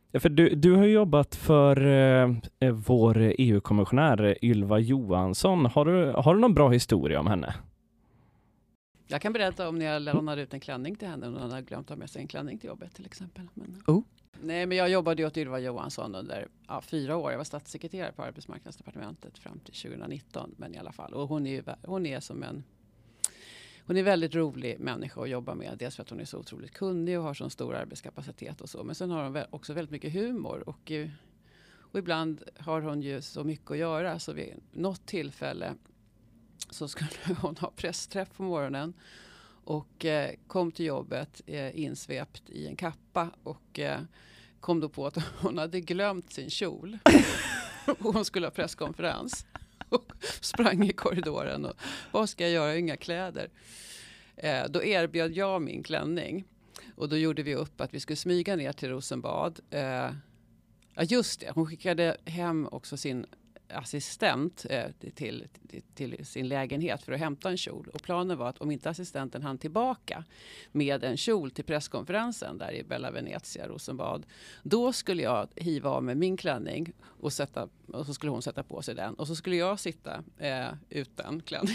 Ja, för du har jobbat för vår EU-kommissionär Ylva Johansson. Har du någon bra historia om henne? Jag kan berätta om när jag lånade ut en klänning till henne och hon hade glömt att ha med sig en klänning till jobbet till exempel. Nej, men jag jobbade ju åt Ylva Johansson under 4 år. Jag var statssekreterare på Arbetsmarknadsdepartementet fram till 2019. Men i alla fall. Och hon är väldigt rolig människa att jobba med. Dels för att hon är så otroligt kunnig och har så stor arbetskapacitet och så. Men sen har hon också väldigt mycket humor. Och ibland har hon ju så mycket att göra. Så vid något tillfälle så skulle hon ha pressträff på morgonen. Och kom till jobbet insvept i en kappa. Och kom då på att hon hade glömt sin kjol. Och hon skulle ha presskonferens. Och sprang i korridoren och vad ska jag göra? Inga kläder. Då erbjöd jag min klänning. Och då gjorde vi upp att vi skulle smyga ner till Rosenbad. Ja just det, hon skickade hem också sin assistent till sin lägenhet för att hämta en kjol. Och planen var att om inte assistenten hann tillbaka med en kjol till presskonferensen där i Bella Venezia, Rosenbad, då skulle jag hiva av med min klänning och så skulle hon sätta på sig den. Och så skulle jag sitta utan klänning.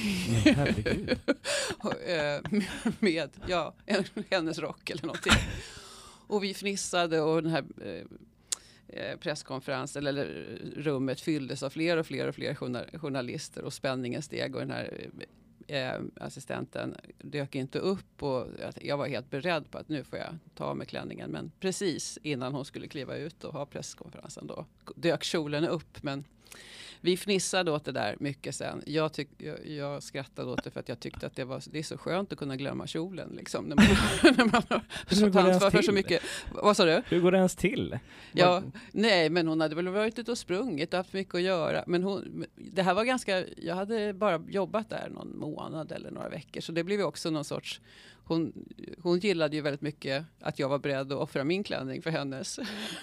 med hennes rock eller någonting. Och vi fnissade och den här presskonferensen eller rummet fylldes av fler och fler journalister och spänningen steg och den här assistenten dök inte upp och jag var helt beredd på att nu får jag ta med klänningen, men precis innan hon skulle kliva ut och ha presskonferensen då dök kjolen upp. Men vi fnissade åt det där mycket sen. Jag skrattade åt det för att jag tyckte att det är så skönt att kunna glömma kjolen liksom, när man har ansvar för så mycket. Vad sa du? Hur går det ens till? Ja, nej, men hon hade väl varit ute och sprungit och haft mycket att göra. Men det här var jag hade bara jobbat där någon månad eller några veckor. Så det blev ju också någon sorts, hon gillade ju väldigt mycket att jag var beredd att offra min klänning för hennes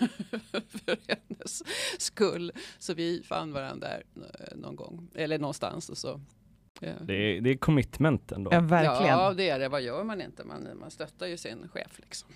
skull. Så vi fann varandra där någon gång, eller någonstans och så. Ja. Det är commitment ändå. Ja, verkligen. Ja, det är det. Vad gör man inte? Man stöttar ju sin chef liksom.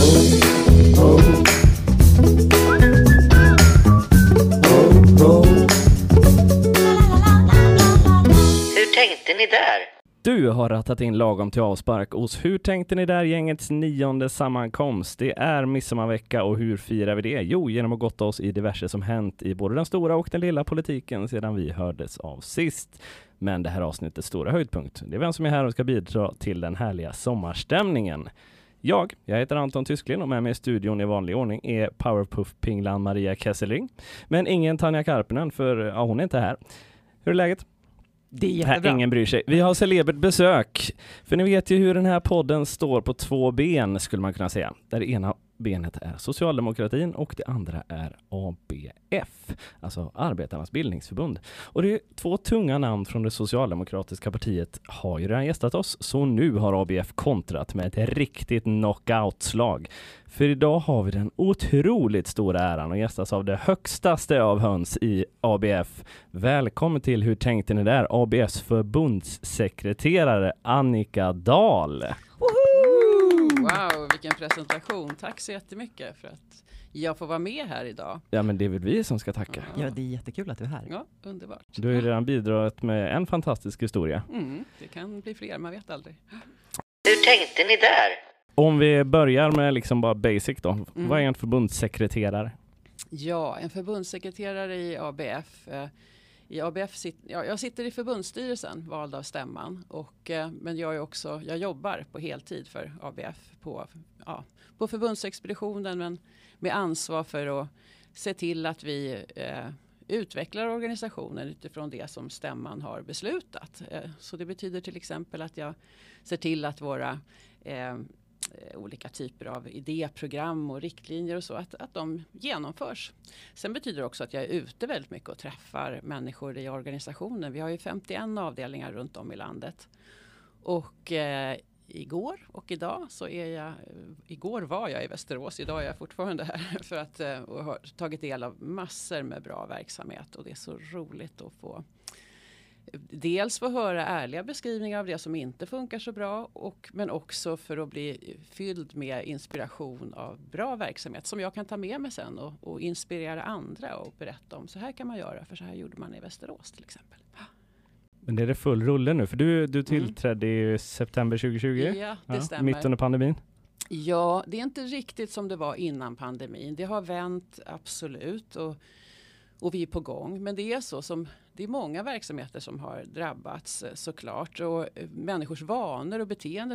Hur tänkte ni där? Du har rattat in lagom till avspark hos Hur tänkte ni där gängets 9:e sammankomst. Det är midsommarvecka och hur firar vi det? Jo, genom att gotta oss i diverse som hänt i både den stora och den lilla politiken sedan vi hördes av sist. Men det här avsnittets stora höjdpunkt, det är vem som är här och ska bidra till den härliga sommarstämningen. Jag heter Anton Tysklin och med mig i studion i vanlig ordning är Powerpuff-pinglan Maria Kesselring. Men ingen Tanja Karpinen, för hon är inte här. Hur är läget? Det är jättebra. Ingen bryr sig. Vi har celebert besök. För ni vet ju hur den här podden står på 2 ben, skulle man kunna säga. Där det ena benet är socialdemokratin och det andra är ABF. Alltså Arbetarnas bildningsförbund. Och det är 2 tunga namn från det socialdemokratiska partiet har ju redan gästat oss. Så nu har ABF kontrat med ett riktigt knockout-slag. För idag har vi den otroligt stora äran att gästas av det högstaste av höns i ABF. Välkommen till Hur tänkte ni där? ABFs förbundssekreterare Annika Dahl. Wow, vilken presentation. Tack så jättemycket för att jag får vara med här idag. Ja, men det är väl vi som ska tacka. Ja, det är jättekul att du är här. Ja, underbart. Du har ju redan bidragit med en fantastisk historia. Det kan bli fler, man vet aldrig. Hur tänkte ni där? Om vi börjar med liksom bara basic då. Vad är en förbundssekreterare? Ja, en förbundssekreterare i ABF. Jag sitter i förbundsstyrelsen, vald av stämman. Men jag jobbar på heltid för ABF på förbundsexpeditionen, men med ansvar för att se till att vi utvecklar organisationen utifrån det som stämman har beslutat. Så det betyder till exempel att jag ser till att våra olika typer av idéprogram och riktlinjer och så, att de genomförs. Sen betyder det också att jag är ute väldigt mycket och träffar människor i organisationen. Vi har ju 51 avdelningar runt om i landet. Och igår och idag så igår var jag i Västerås, idag är jag fortfarande här för att och har tagit del av massor med bra verksamhet, och det är så roligt att få dels få höra ärliga beskrivningar av det som inte funkar så bra men också för att bli fylld med inspiration av bra verksamhet som jag kan ta med mig sen och inspirera andra och berätta om. Så här kan man göra, för så här gjorde man i Västerås till exempel. Men det är full rulle nu, för du tillträdde i september 2020. Ja, det stämmer. Mitt under pandemin. Ja, det är inte riktigt som det var innan pandemin. Det har vänt absolut och vi är på gång. Men det är det är många verksamheter som har drabbats såklart. Och människors vanor och beteende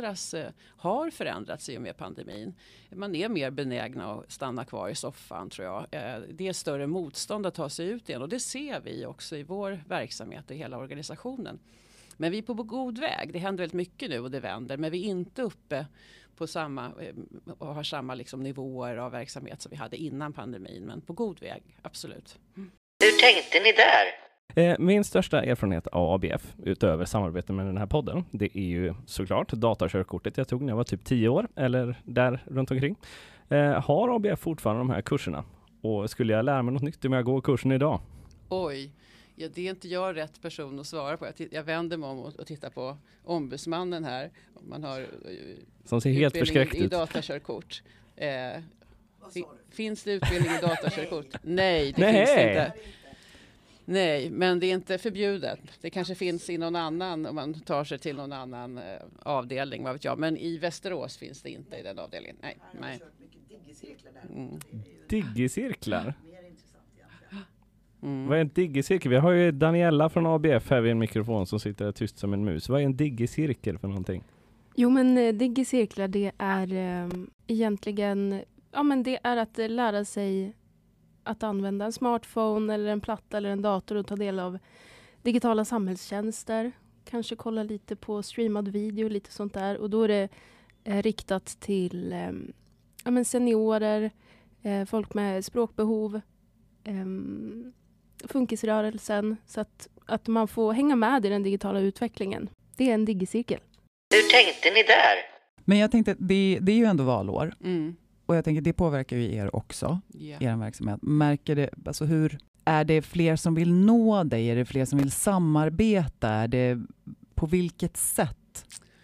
har förändrats i och med pandemin. Man är mer benägna att stanna kvar i soffan, tror jag. Det är större motstånd att ta sig ut igen. Och det ser vi också i vår verksamhet och i hela organisationen. Men vi är på god väg. Det händer väldigt mycket nu och det vänder. Men vi är inte uppe på samma och har samma liksom nivåer av verksamhet som vi hade innan pandemin. Men på god väg, absolut. Hur tänkte ni där? Min största erfarenhet av ABF utöver samarbete med den här podden, det är ju såklart datakörkortet jag tog när jag var typ 10 år eller där runt omkring. Har ABF fortfarande de här kurserna? Och skulle jag lära mig något nytt om jag går kursen idag? Oj. Ja, det är inte jag rätt person att svara på. Jag vänder mig om och tittar på ombudsmannen här. Man har som ser helt förskräckt ut. I datakörkort. Finns det utbildning i datakörkort? Nej, det finns inte. Nej, men det är inte förbjudet. Det kanske finns i någon annan om man tar sig till någon annan avdelning, vad vet jag. Men i Västerås finns det inte i den avdelningen. Nej. Jag har kört mycket diggicirklar där. Diggicirklar? Mer intressant egentligen. Vad är en diggicirkel? Vi har ju Daniela från ABF här vid en mikrofon som sitter tyst som en mus. Vad är en diggicirkel för någonting? Jo, men diggicirklar, det är egentligen det är att lära sig att använda en smartphone eller en platta eller en dator och ta del av digitala samhällstjänster. Kanske kolla lite på streamad video, lite sånt där. Och då är det riktat till seniorer, folk med språkbehov, funkisrörelsen. Så att man får hänga med i den digitala utvecklingen. Det är en diggicirkel. Hur tänkte ni där? Men jag tänkte, det är ju ändå valår. Mm. Och jag tänker, det påverkar ju er också, Yeah. er verksamhet. Märker det, alltså är det fler som vill nå dig? Är det fler som vill samarbeta? Är det på vilket sätt?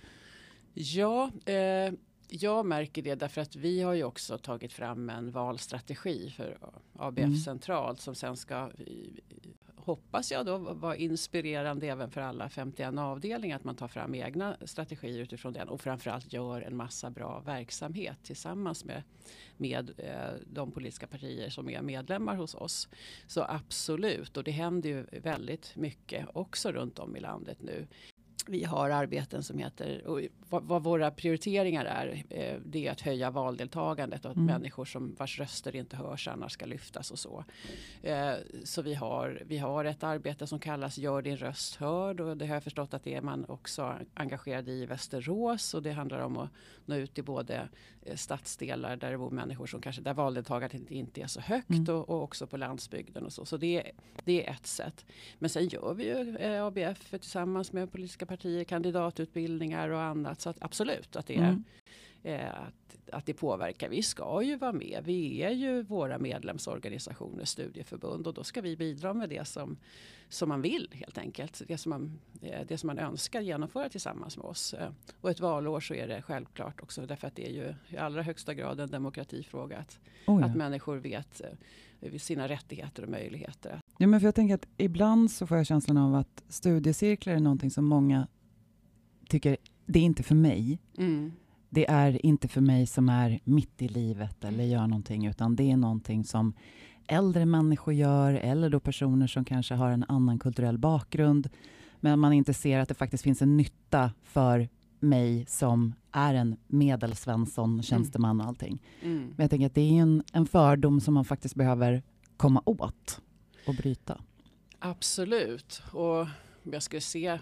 Ja, jag märker det därför att vi har ju också tagit fram en valstrategi för ABF centralt som sen ska, hoppas jag då, vara inspirerande även för alla 51 avdelningar, att man tar fram egna strategier utifrån den och framförallt gör en massa bra verksamhet tillsammans med de politiska partier som är medlemmar hos oss. Så absolut, och det händer ju väldigt mycket också runt om i landet nu. Vi har arbeten som heter, och vad våra prioriteringar är, det är att höja valdeltagandet och att människor vars röster inte hörs annars ska lyftas och så. Så vi har ett arbete som kallas Gör din röst hörd, och det har jag förstått att det är man också engagerad i Västerås, och det handlar om att nå ut till både stadsdelar där det bor människor som kanske där valdeltagandet inte är så högt och också på landsbygden och så. Så det är ett sätt. Men sen gör vi ju ABF tillsammans med politiska partier, kandidatutbildningar och annat, så att absolut att det är att det påverkar. Vi ska ju vara med. Vi är ju våra medlemsorganisationer, studieförbund, och då ska vi bidra med det som man vill helt enkelt. Det som man önskar genomföra tillsammans med oss. Och ett valår så är det självklart också, därför att det är ju i allra högsta grad en demokratifråga att människor vet sina rättigheter och möjligheter. Ja, men för jag tänker att ibland så får jag känslan av att studiecirklar är någonting som många tycker, det är inte för mig. Det är inte för mig som är mitt i livet eller gör någonting, utan det är någonting som äldre människor gör, eller då personer som kanske har en annan kulturell bakgrund, men man inte ser att det faktiskt finns en nytta för mig som är en medelsvensson, tjänsteman och allting. Men jag tänker att det är en fördom som man faktiskt behöver komma åt och bryta. Absolut. Och jag skulle se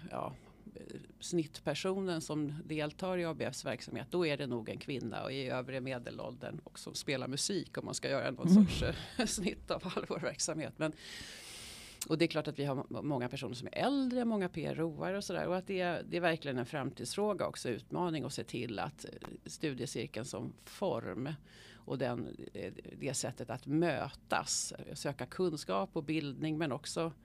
snittpersonen som deltar i ABFs verksamhet, då är det nog en kvinna och i övre medelåldern och som spelar musik, om man ska göra någon sorts snitt av all vår verksamhet. Och det är klart att vi har många personer som är äldre, många PRO:are och sådär, och att det är verkligen en framtidsfråga också, utmaning att se till att studiecirkeln som form och det sättet att mötas, söka kunskap och bildning, men också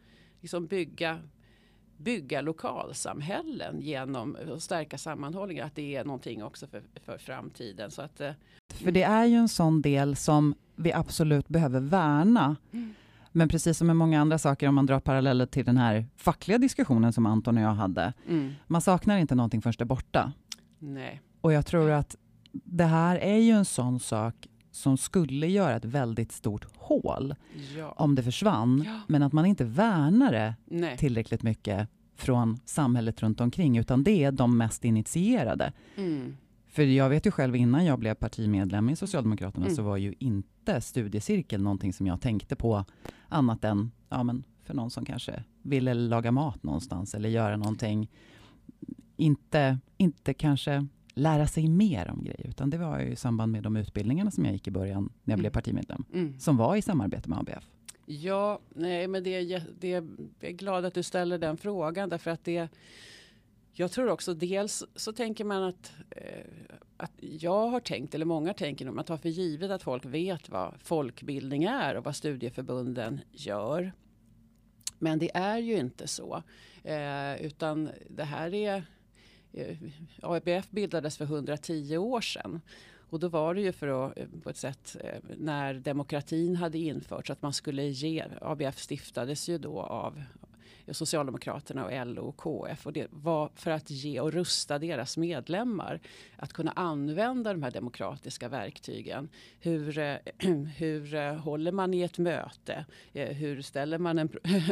liksom bygga lokalsamhällen genom att stärka sammanhållningen, att det är någonting också för framtiden. Så att, för det är ju en sån del som vi absolut behöver värna. Men precis som med många andra saker, om man drar paralleller till den här fackliga diskussionen som Anton och jag hade. Man saknar inte någonting först är borta. Nej. Och jag tror att det här är ju en sån sak som skulle göra ett väldigt stort hål om det försvann. Ja. Men att man inte värnar det tillräckligt mycket från samhället runt omkring, utan det är de mest initierade. För jag vet ju själv, innan jag blev partimedlem i Socialdemokraterna så var ju inte studiecirkel någonting som jag tänkte på annat än för någon som kanske ville laga mat någonstans eller göra någonting. Inte kanske lära sig mer om grejer, utan det var ju i samband med de utbildningarna som jag gick i början när jag blev partimedlem, som var i samarbete med ABF. Ja, nej, men jag är glad att du ställer den frågan, därför att jag tror också dels så tänker man att jag har tänkt, eller många tänker om att ta för givet att folk vet vad folkbildning är och vad studieförbunden gör. Men det är ju inte så, utan det här är ABF bildades för 110 år sedan. Och då var det ju för att på ett sätt när demokratin hade införts att man skulle ge, ABF stiftades ju då av Socialdemokraterna och LO och KF, och det var för att ge och rusta deras medlemmar att kunna använda de här demokratiska verktygen. Hur håller man i ett möte? Hur ställer man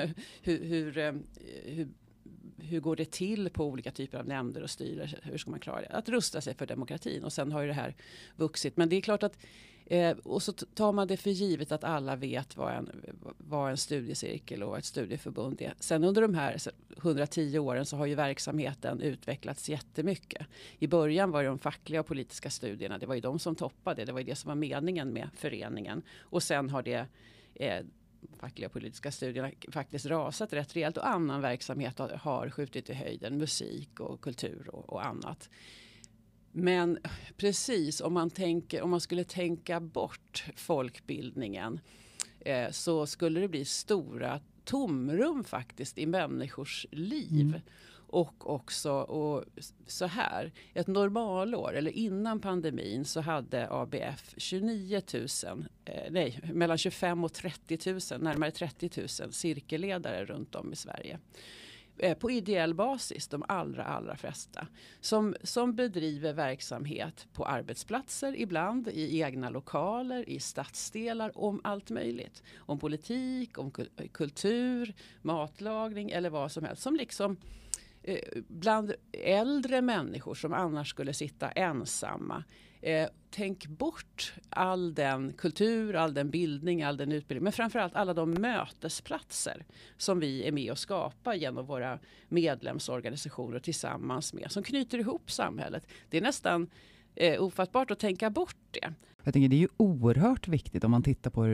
hur går det till på olika typer av nämnder och styrelser? Hur ska man klara det? Att rusta sig för demokratin. Och sen har ju det här vuxit. Men det är klart att och så tar man det för givet att alla vet vad en studiecirkel och ett studieförbund är. Sen under de här 110 åren så har ju verksamheten utvecklats jättemycket. I början var det de fackliga och politiska studierna. Det var ju de som toppade. Det var ju det som var meningen med föreningen. Och sen har det fackliga politiska studierna faktiskt rasat rätt rejält, och annan verksamhet har skjutit i höjden, musik och kultur och annat. Men precis, om man skulle tänka bort folkbildningen så skulle det bli stora tomrum faktiskt i människors liv. Och också, och så här, ett normalår eller innan pandemin så hade ABF 29 000, mellan 25 och 30 000, närmare 30 000 cirkelledare runt om i Sverige. På ideell basis, de allra flesta. Som bedriver verksamhet på arbetsplatser ibland, i egna lokaler, i stadsdelar, om allt möjligt. Om politik, om kultur, matlagning eller vad som helst. Som liksom bland äldre människor som annars skulle sitta ensamma. Tänk bort all den kultur, all den bildning, all den utbildning. Men framförallt alla de mötesplatser som vi är med och skapar genom våra medlemsorganisationer tillsammans med. Som knyter ihop samhället. Det är nästan ofattbart att tänka bort det. Jag tänker det är ju oerhört viktigt om man tittar på hur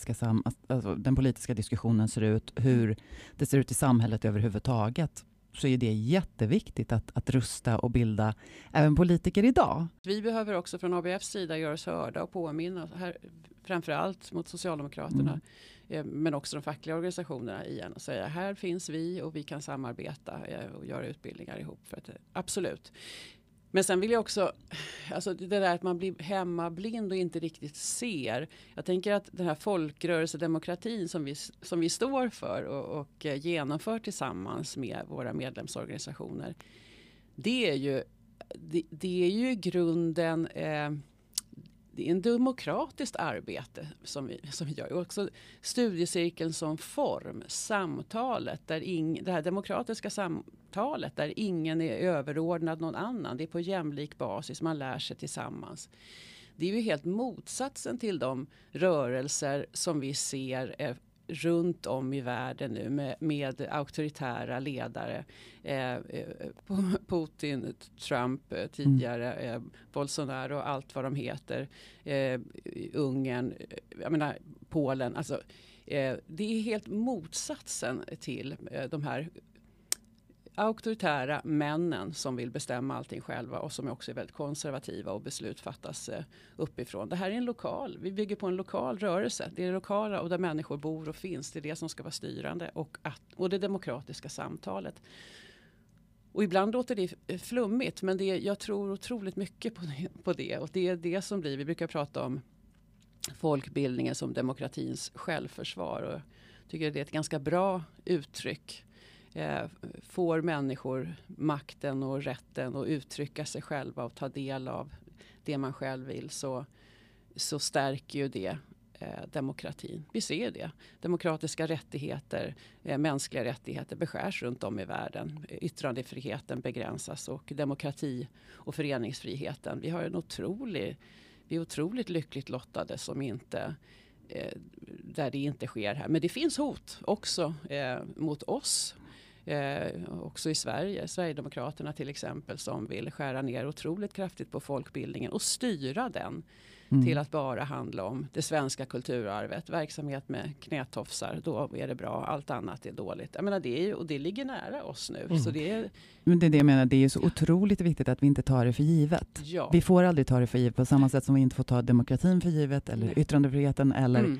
den politiska diskussionen ser ut. Hur det ser ut i samhället överhuvudtaget. Så är det jätteviktigt att rusta och bilda även politiker idag. Vi behöver också från ABFs sida göra oss hörda och påminna här, framförallt mot Socialdemokraterna men också de fackliga organisationerna igen, och säga här finns vi och vi kan samarbeta och göra utbildningar ihop. Absolut. Men sen vill jag också, alltså det där att man blir hemmablind och inte riktigt ser. Jag tänker att den här folkrörelsedemokratin som vi står för och genomför tillsammans med våra medlemsorganisationer. Det är ju i grunden det är en demokratiskt arbete som vi gör. Och också studiecirkeln som form, samtalet, det här demokratiska samtalet där ingen är överordnad någon annan. Det är på jämlik basis, man lär sig tillsammans. Det är ju helt motsatsen till de rörelser som vi ser runt om i världen nu med auktoritära ledare. Putin, Trump tidigare, Bolsonaro och allt vad de heter. Ungern, jag menar Polen. Alltså, det är helt motsatsen till de här auktoritära männen som vill bestämma allting själva och som också är väldigt konservativa och beslut fattas uppifrån. Det här är en lokal, vi bygger på en lokal rörelse. Det är det lokala och där människor bor och finns. Det är det som ska vara styrande och det demokratiska samtalet. Och ibland låter det flummigt, men jag tror otroligt mycket på det. Och det är det som vi brukar prata om folkbildningen som demokratins självförsvar. Och jag tycker det är ett ganska bra uttryck. Får människor makten och rätten att uttrycka sig själva och ta del av det man själv vill, så stärker ju det demokratin. Vi ser det. Demokratiska rättigheter, mänskliga rättigheter beskärs runt om i världen. Yttrandefriheten begränsas och demokrati och föreningsfriheten. Vi är otroligt lyckligt lottade som inte där det inte sker här. Men det finns hot också mot oss. Också i Sverige, Sverigedemokraterna till exempel, som vill skära ner otroligt kraftigt på folkbildningen och styra den till att bara handla om det svenska kulturarvet, verksamhet med knätofsar, då är det bra, allt annat är dåligt. Jag menar, det ligger nära oss nu. Så Men det är det jag menar, det är ju så otroligt viktigt att vi inte tar det för givet. Ja. Vi får aldrig ta det för givet på samma sätt som vi inte får ta demokratin för givet eller yttrandefriheten eller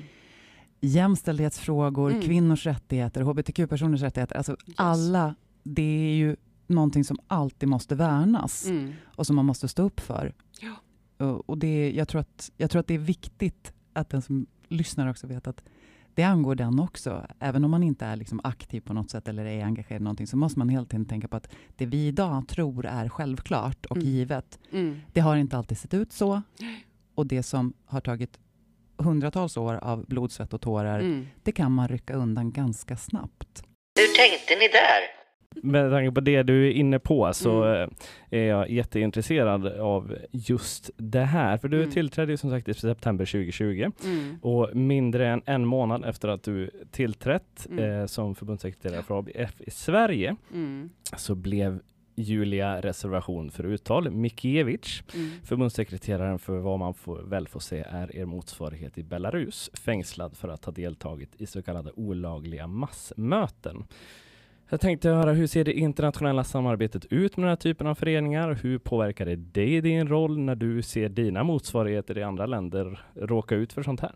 jämställdhetsfrågor, kvinnors rättigheter, hbtq-personers rättigheter. Alltså alla, det är ju någonting som alltid måste värnas och som man måste stå upp för. Ja. Och jag tror att det är viktigt att den som lyssnar också vet att det angår den också. Även om man inte är liksom aktiv på något sätt eller är engagerad i någonting, så måste man hela tiden tänka på att det vi idag tror är självklart och givet, det har inte alltid sett ut så. Och det som har tagit hundratals år av blod, svett och tårar, det kan man rycka undan ganska snabbt. Hur tänkte ni där? Med tanke på det du är inne på så är jag jätteintresserad av just det här. För du tillträdde ju som sagt i september 2020 och mindre än en månad efter att du tillträtt som förbundssekreterare för ABF i Sverige så blev Julia reservation för uttal Mikiewicz, förbundssekreteraren för vad man får se är er motsvarighet i Belarus, fängslad för att ha deltagit i så kallade olagliga massmöten. Jag tänkte höra, hur ser det internationella samarbetet ut med den här typen av föreningar? Hur påverkar det dig i din roll när du ser dina motsvarigheter i andra länder råka ut för sånt här?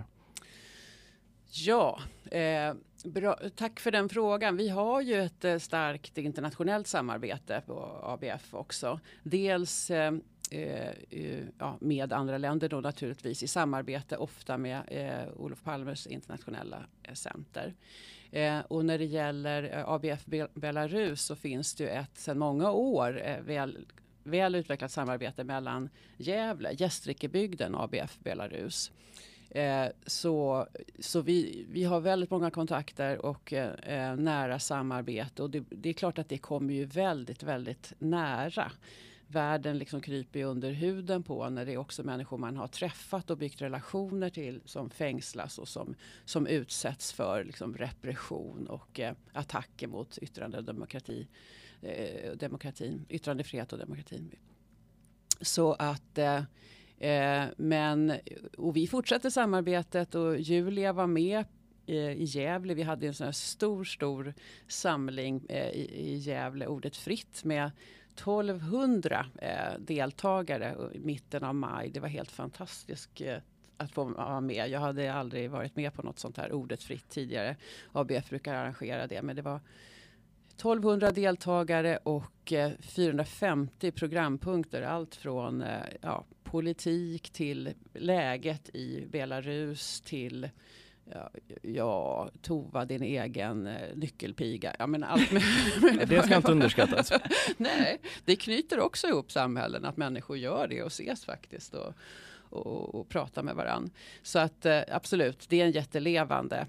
Ja, bra. Tack för den frågan. Vi har ju ett starkt internationellt samarbete på ABF också. Dels med andra länder då naturligtvis, i samarbete ofta med Olof Palmes internationella center. Och när det gäller ABF Belarus så finns det ju ett sedan många år väl utvecklat samarbete mellan Gävle, Gästrikebygden och ABF Belarus. Så vi har väldigt många kontakter och nära samarbete, och det är klart att det kommer ju väldigt, väldigt nära. Världen liksom kryper under huden på när det är också människor man har träffat och byggt relationer till som fängslas och som utsätts för liksom repression och attacker mot yttrandefrihet och demokratin. Så att och vi fortsätter samarbetet, och Julia var med i Gävle. Vi hade en sån här stor samling i Gävle, Ordet fritt, med 1200 deltagare i mitten av maj. Det var helt fantastiskt att få vara med. Jag hade aldrig varit med på något sånt här Ordet fritt tidigare. ABF brukar arrangera det, men det var 1200 deltagare och 450 programpunkter. Allt från politik till läget i Belarus till Tova, din egen nyckelpiga. Ja, men allt med det ska inte underskattas. Nej, det knyter också ihop samhällen att människor gör det och ses faktiskt och pratar med varann. Så att absolut, det är en jättelevande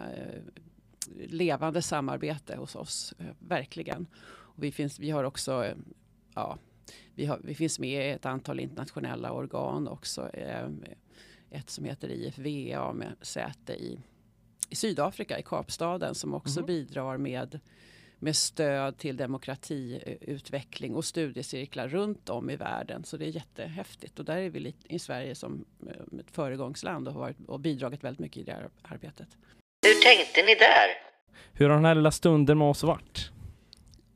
samarbete hos oss, verkligen. Och vi har också vi finns med i ett antal internationella organ också. Ett som heter IFVA med säte i Sydafrika, i Kapstaden, som också bidrar med stöd till demokratiutveckling och studiecirklar runt om i världen. Så det är jättehäftigt. Och där är vi i Sverige som ett föregångsland och bidragit väldigt mycket i det här arbetet. Hur tänkte ni där? Hur har den här lilla stunden med oss varit?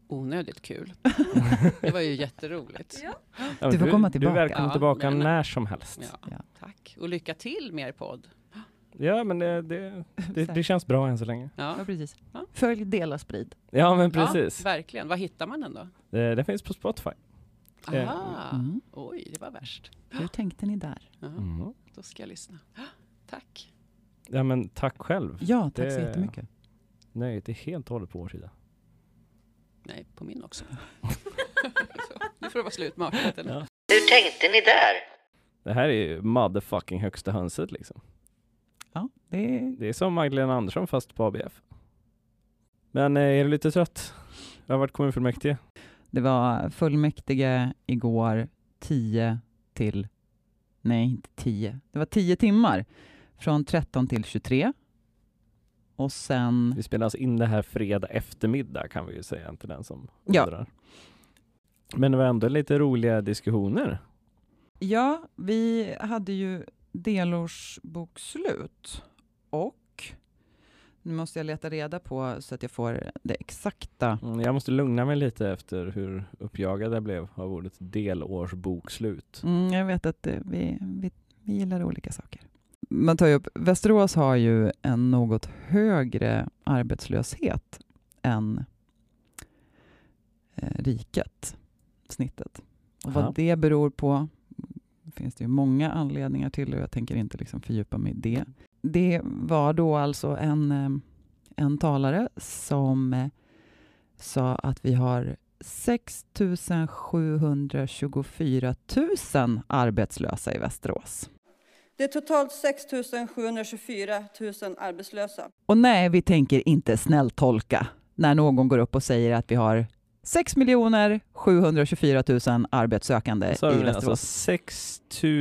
onödigt kul. Det var ju jätteroligt. Ja, Du får komma tillbaka. Du är välkommen tillbaka men- när som helst. Ja, tack. Och lycka till med er podd. Ja, men det känns bra än så länge. Ja, Ja, precis. Ja. Följ, dela, sprid. Ja, men precis. Ja, verkligen. Var hittar man den då? Det finns på Spotify. Aha. Mm. Oj, det var värst. Hur tänkte ni där? Ja, Mm. då ska jag lyssna. Tack. Ja, men tack själv. Ja, tack så Det- jättemycket. Nöjet är helt och hållet på vår sida. Nej, på min också. Så, nu får det vara slut med artigheten. Ja. Hur tänkte ni där? Det här är ju motherfucking högsta hönset liksom. Ja, det är... Det är som Magdalena Andersson fast på ABF. Men är du lite trött? Jag har varit kommunfullmäktige. Det var fullmäktige igår 10 till... Nej, inte 10. Det var 10 timmar. Från 13 till 23. Och sen... Vi spelar alltså in det här fredag eftermiddag kan vi ju säga till den som Ja. undrar. Men det var ändå lite roliga diskussioner. Ja, vi hade ju delårsbokslut. Och... Nu måste jag leta reda på så att jag får det exakta. Jag måste lugna mig lite efter hur uppjagad jag blev av ordet delårsbokslut. Jag vet att vi gillar olika saker. Man tar ju upp, Västerås har ju en något högre arbetslöshet än riket, snittet. Och Aha. vad det beror på finns det ju många anledningar till och jag tänker inte liksom fördjupa mig i det. Det var då alltså en talare som sa att vi har 6 724 000 arbetslösa i Västerås. Det är totalt 6 724 000 arbetslösa. Och nej, vi tänker inte snälltolka när någon går upp och säger att vi har 6 724 000 arbetssökande Så i alltså Västerås. 6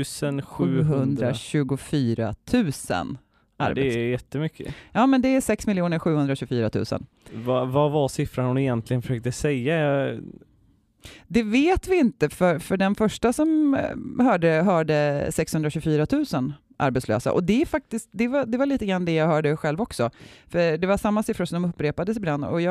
700. 724 000 Ja, det är jättemycket. Ja, men det är 6 724 000. Vad var siffran hon egentligen försökte säga? Det vet vi inte, för den första som hörde 624 000 arbetslösa. Och det är faktiskt, det var lite grann det jag hörde själv också. För det var samma siffror som de upprepades ibland. Och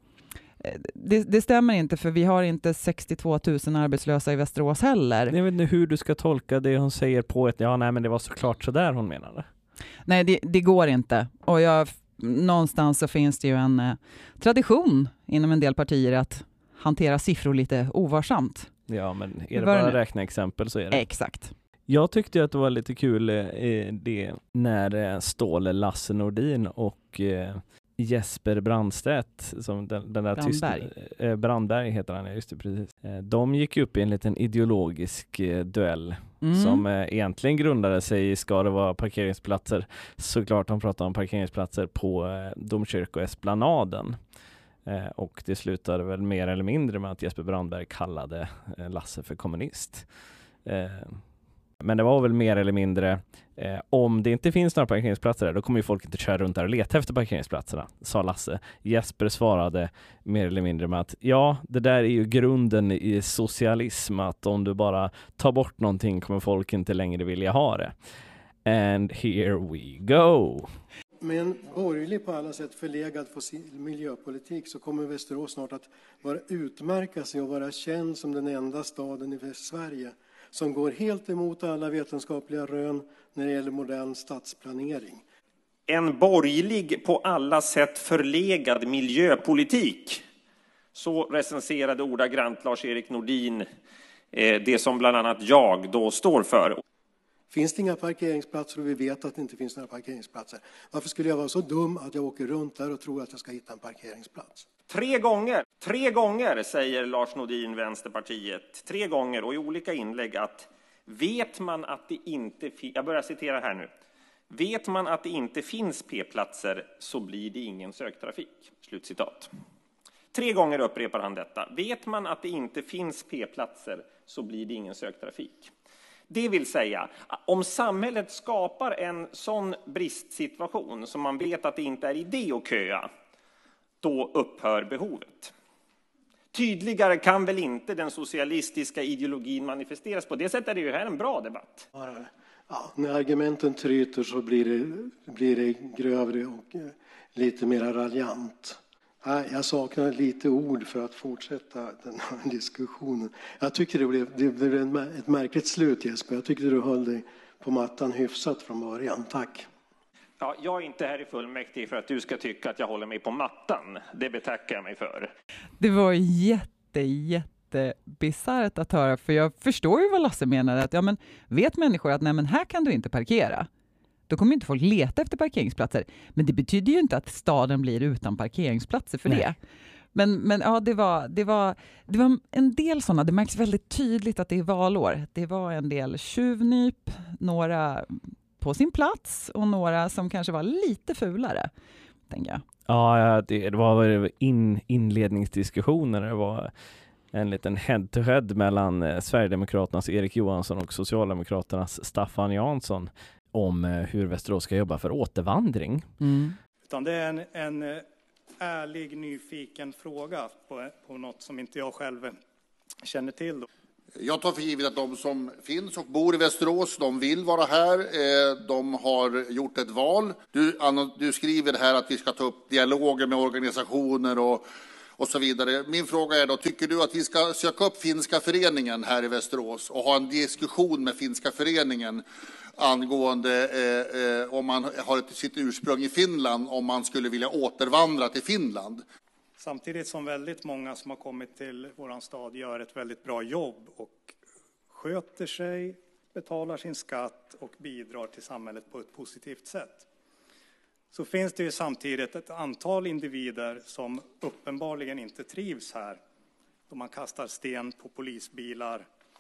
det stämmer inte, för vi har inte 62 000 arbetslösa i Västerås heller. Jag vet inte hur du ska tolka det hon säger på ett, ja nej men det var såklart så där hon menade. Nej, det går inte. Och någonstans så finns det ju en tradition inom en del partier att hantera siffror lite ovarsamt. Ja, men är det Hur var bara det nu? räkneexempel så är det. Exakt. Jag tyckte att det var lite kul det när Ståle Lasse Nordin och Jesper Brandstedt, som den där Brandberg. Brandberg heter han, just det, precis. De gick upp i en liten ideologisk duell Mm. som egentligen grundade sig i, ska det vara parkeringsplatser? Såklart de pratade om parkeringsplatser på Domkyrkoesplanaden. Och det slutade väl mer eller mindre med att Jesper Brandberg kallade Lasse för kommunist. Men det var väl mer eller mindre, om det inte finns några parkeringsplatser där, då kommer ju folk inte köra runt där och leta efter parkeringsplatserna, sa Lasse. Jesper svarade mer eller mindre med att ja, det där är ju grunden i socialism, att om du bara tar bort någonting kommer folk inte längre vilja ha det. And here we go! Med en borgerlig på alla sätt förlegad miljöpolitik så kommer Västerås snart att utmärka sig och vara känd som den enda staden i Västsverige som går helt emot alla vetenskapliga rön när det gäller modern stadsplanering. En borgerlig på alla sätt förlegad miljöpolitik. Så recenserade ordagrant Lars-Erik Nordin det som bland annat jag då står för. Finns det inga parkeringsplatser och vi vet att det inte finns några parkeringsplatser, varför skulle jag vara så dum att jag åker runt där och tror att jag ska hitta en parkeringsplats? 3 gånger säger Lars Nordin, Vänsterpartiet, 3 gånger och i olika inlägg att vet man att det inte jag börjar citera här nu. Vet man att det inte finns p-platser så blir det ingen söktrafik. Slutcitat. 3 gånger upprepar han detta. Vet man att det inte finns p-platser så blir det ingen söktrafik. Det vill säga, om samhället skapar en sån bristsituation som man vet att det inte är idé att köa, då upphör behovet. Tydligare kan väl inte den socialistiska ideologin manifesteras. På det sättet är det ju här en bra debatt. Ja, när argumenten tryter så blir det grövre och lite mer raljant. Jag saknar lite ord för att fortsätta den här diskussionen. Jag tycker det blev ett märkligt slut, Jesper. Jag tyckte du höll dig på mattan hyfsat från början. Tack. Ja, jag är inte här i fullmäktige för att du ska tycka att jag håller mig på mattan. Det betackar jag mig för. Det var jättebisarrt att höra, för jag förstår ju vad Lasse menade. Att, vet människor att nej, men här kan du inte parkera, då kommer inte folk leta efter parkeringsplatser. Men det betyder ju inte att staden blir utan parkeringsplatser för det. Men ja, det var en del sådana. Det märks väldigt tydligt att det är valår. Det var en del tjuvnyp, några på sin plats och några som kanske var lite fulare, tänker jag. Ja, det var inledningsdiskussioner. Det var en liten head-to-head mellan Sverigedemokraternas Erik Johansson och Socialdemokraternas Staffan Jansson om hur Västerås ska jobba för återvandring. Utan det är en ärlig, nyfiken fråga på något som inte jag själv känner till. Då. Jag tar för givet att de som finns och bor i Västerås, de vill vara här. De har gjort ett val. Du skriver här att vi ska ta upp dialoger med organisationer och så vidare. Min fråga är då, tycker du att vi ska söka upp Finska föreningen här i Västerås och ha en diskussion med Finska föreningen angående om man har sitt ursprung i Finland, om man skulle vilja återvandra till Finland? Samtidigt som väldigt många som har kommit till våran stad gör ett väldigt bra jobb och sköter sig, betalar sin skatt och bidrar till samhället på ett positivt sätt. Så finns det ju samtidigt ett antal individer som uppenbarligen inte trivs här. Då man kastar sten på polisbilar,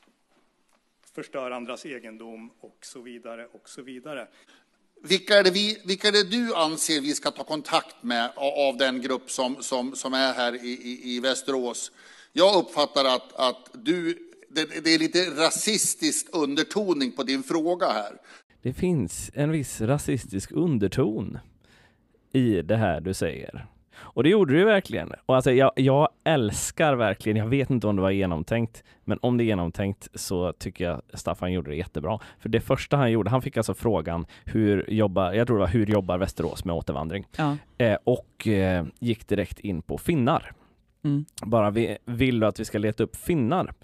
förstör andras egendom och så vidare och så vidare. Vilka är det du anser vi ska ta kontakt med av den grupp som är här i Västerås? Jag uppfattar att det är lite rasistisk undertoning på din fråga här. Det finns en viss rasistisk underton i det här du säger. Och det gjorde du verkligen. Och alltså jag älskar verkligen, jag vet inte om det var genomtänkt, men om det är genomtänkt så tycker jag Staffan gjorde det jättebra. För det första han gjorde, han fick alltså frågan hur jobbar Västerås med återvandring? Ja. Och gick direkt in på finnar. Bara vill du att vi ska leta upp finnar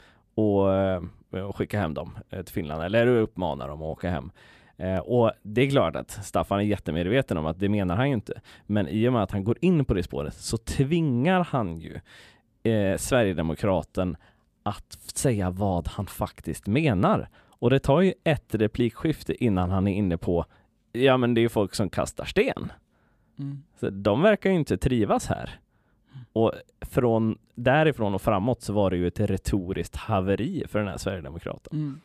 och skicka hem dem till Finland, eller uppmana dem att åka hem. Och det är klart att Staffan är jättemedveten om att det menar han ju inte. Men i och med att han går in på det spåret så tvingar han ju Sverigedemokraten att säga vad han faktiskt menar. Och det tar ju ett replikskifte innan han är inne på men det är folk som kastar sten. Så de verkar ju inte trivas här. Och därifrån och framåt så var det ju ett retoriskt haveri för den här Sverigedemokraten.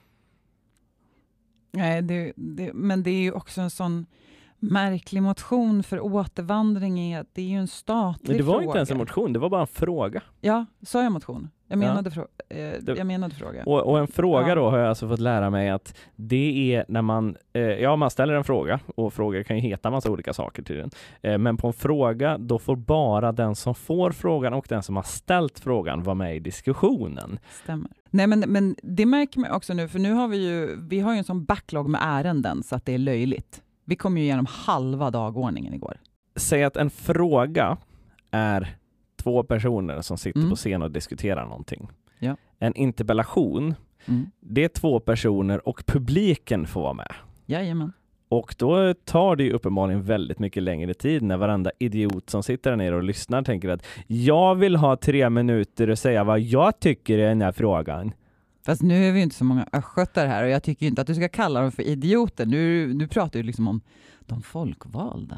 Nej, men det är ju också en sån märklig motion, för återvandring det är ju en statlig fråga. Men det var inte ens en motion, det var bara en fråga. Ja, sa jag motion? Jag menade fråga. Och en fråga då har jag alltså fått lära mig att det är när man ställer en fråga, och frågor kan ju heta massa olika saker till den. Men på en fråga, då får bara den som får frågan och den som har ställt frågan vara med i diskussionen. Stämmer. Nej, men det märker man också nu, för nu har vi har ju en sån backlog med ärenden så att det är löjligt. Vi kom ju igenom halva dagordningen igår. Säg att en fråga är 2 personer som sitter på scen och diskuterar någonting. Ja. En interpellation, det är 2 personer och publiken får vara med. Jajamän. Och då tar det ju uppenbarligen väldigt mycket längre tid när varenda idiot som sitter där nere och lyssnar tänker att jag vill ha 3 minuter och säga vad jag tycker i den här frågan. Fast nu är vi inte så många östgötar här och jag tycker inte att du ska kalla dem för idioter. Nu pratar du liksom om de folkvalda.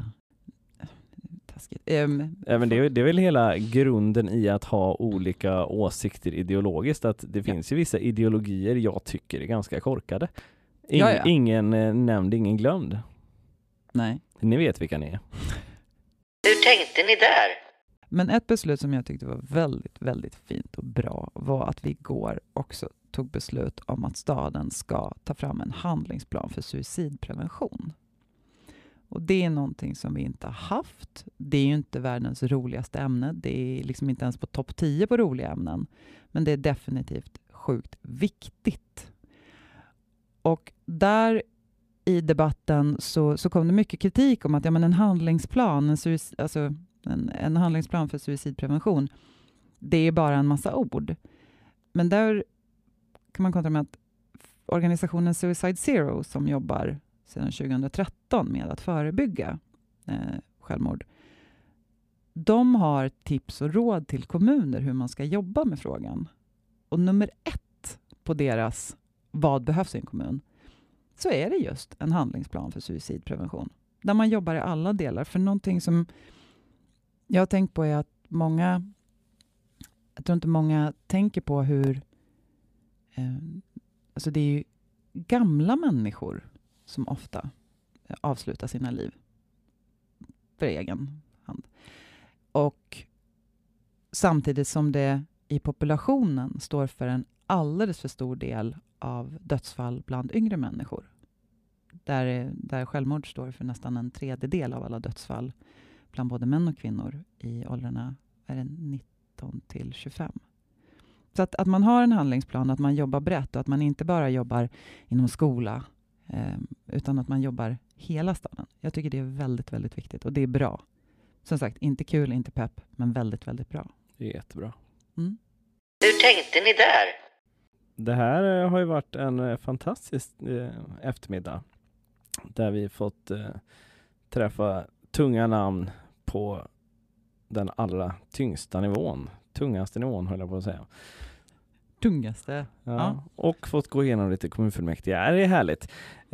Men det är väl hela grunden i att ha olika åsikter ideologiskt, att det finns ju vissa ideologier jag tycker är ganska korkade. Ingen nämnd, ingen glömd. Nej. Ni vet vilka ni är. Hur tänkte ni där? Men ett beslut som jag tyckte var väldigt, väldigt fint och bra var att vi igår också tog beslut om att staden ska ta fram en handlingsplan för suicidprevention. Och det är någonting som vi inte har haft. Det är ju inte världens roligaste ämne. Det är liksom inte ens på topp 10 på roliga ämnen. Men det är definitivt sjukt viktigt. Och där en debatten så kom det mycket kritik om att en handlingsplan, en handlingsplan för suicidprevention, det är bara en massa ord. Men där kan man kontra med att organisationen Suicide Zero, som jobbar sedan 2013 med att förebygga självmord, de har tips och råd till kommuner hur man ska jobba med frågan. Och nummer 1 på deras vad behövs i en kommun, så är det just en handlingsplan för suicidprevention. Där man jobbar i alla delar. För någonting som jag har tänkt på är att jag tror inte många tänker på hur alltså det är ju gamla människor som ofta avslutar sina liv för egen hand. Och samtidigt som det i populationen står för en alldeles för stor del av dödsfall bland yngre människor. Där självmord står för nästan en tredjedel av alla dödsfall bland både män och kvinnor i åldrarna är det 19 till 25. Så att man har en handlingsplan, att man jobbar brett och att man inte bara jobbar inom skola utan att man jobbar hela staden. Jag tycker det är väldigt, väldigt viktigt och det är bra. Som sagt, inte kul, inte pepp, men väldigt, väldigt bra. Det är jättebra. Hur tänkte ni där? Det här har ju varit en fantastisk eftermiddag där vi fått träffa tunga namn på den allra tyngsta nivån. Tungaste nivån höll jag på att säga. Tungaste. Ja. Och fått gå igenom lite kommunfullmäktige. Det är härligt.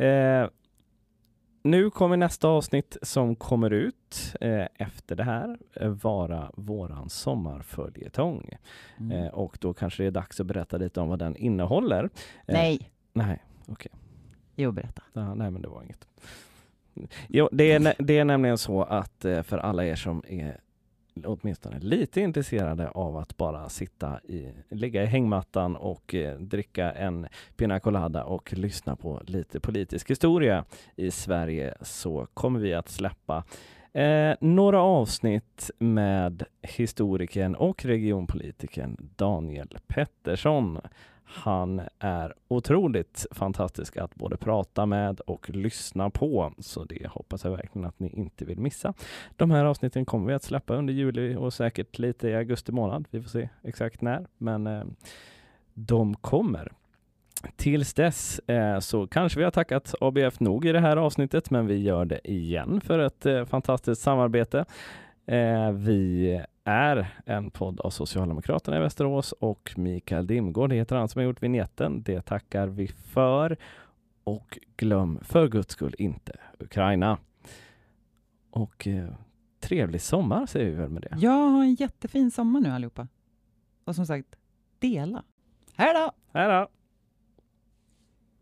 Nu kommer nästa avsnitt som kommer ut efter det här vara våran sommarföljetong. Och då kanske det är dags att berätta lite om vad den innehåller. Nej. Nej, okej. Jo, berätta. Nej, men det var inget. Jo, det är nämligen så att för alla er som är åtminstone lite intresserade av att bara ligga i hängmattan och dricka en pina colada och lyssna på lite politisk historia i Sverige, så kommer vi att släppa några avsnitt med historikern och regionpolitikern Daniel Pettersson. Han är otroligt fantastisk att både prata med och lyssna på, så det hoppas jag verkligen att ni inte vill missa. De här avsnitten kommer vi att släppa under juli och säkert lite i augusti månad. Vi får se exakt när, men de kommer. Tills dess så kanske vi har tackat ABF nog i det här avsnittet, men vi gör det igen för ett fantastiskt samarbete. Vi är en podd av Socialdemokraterna i Västerås och Mikael Dimgård heter han som har gjort vignetten. Det tackar vi för. Och glöm för Guds skull inte Ukraina. Och trevlig sommar säger vi väl med det. Ja, ha en jättefin sommar nu allihopa. Och som sagt, dela. Hej då! Hej då!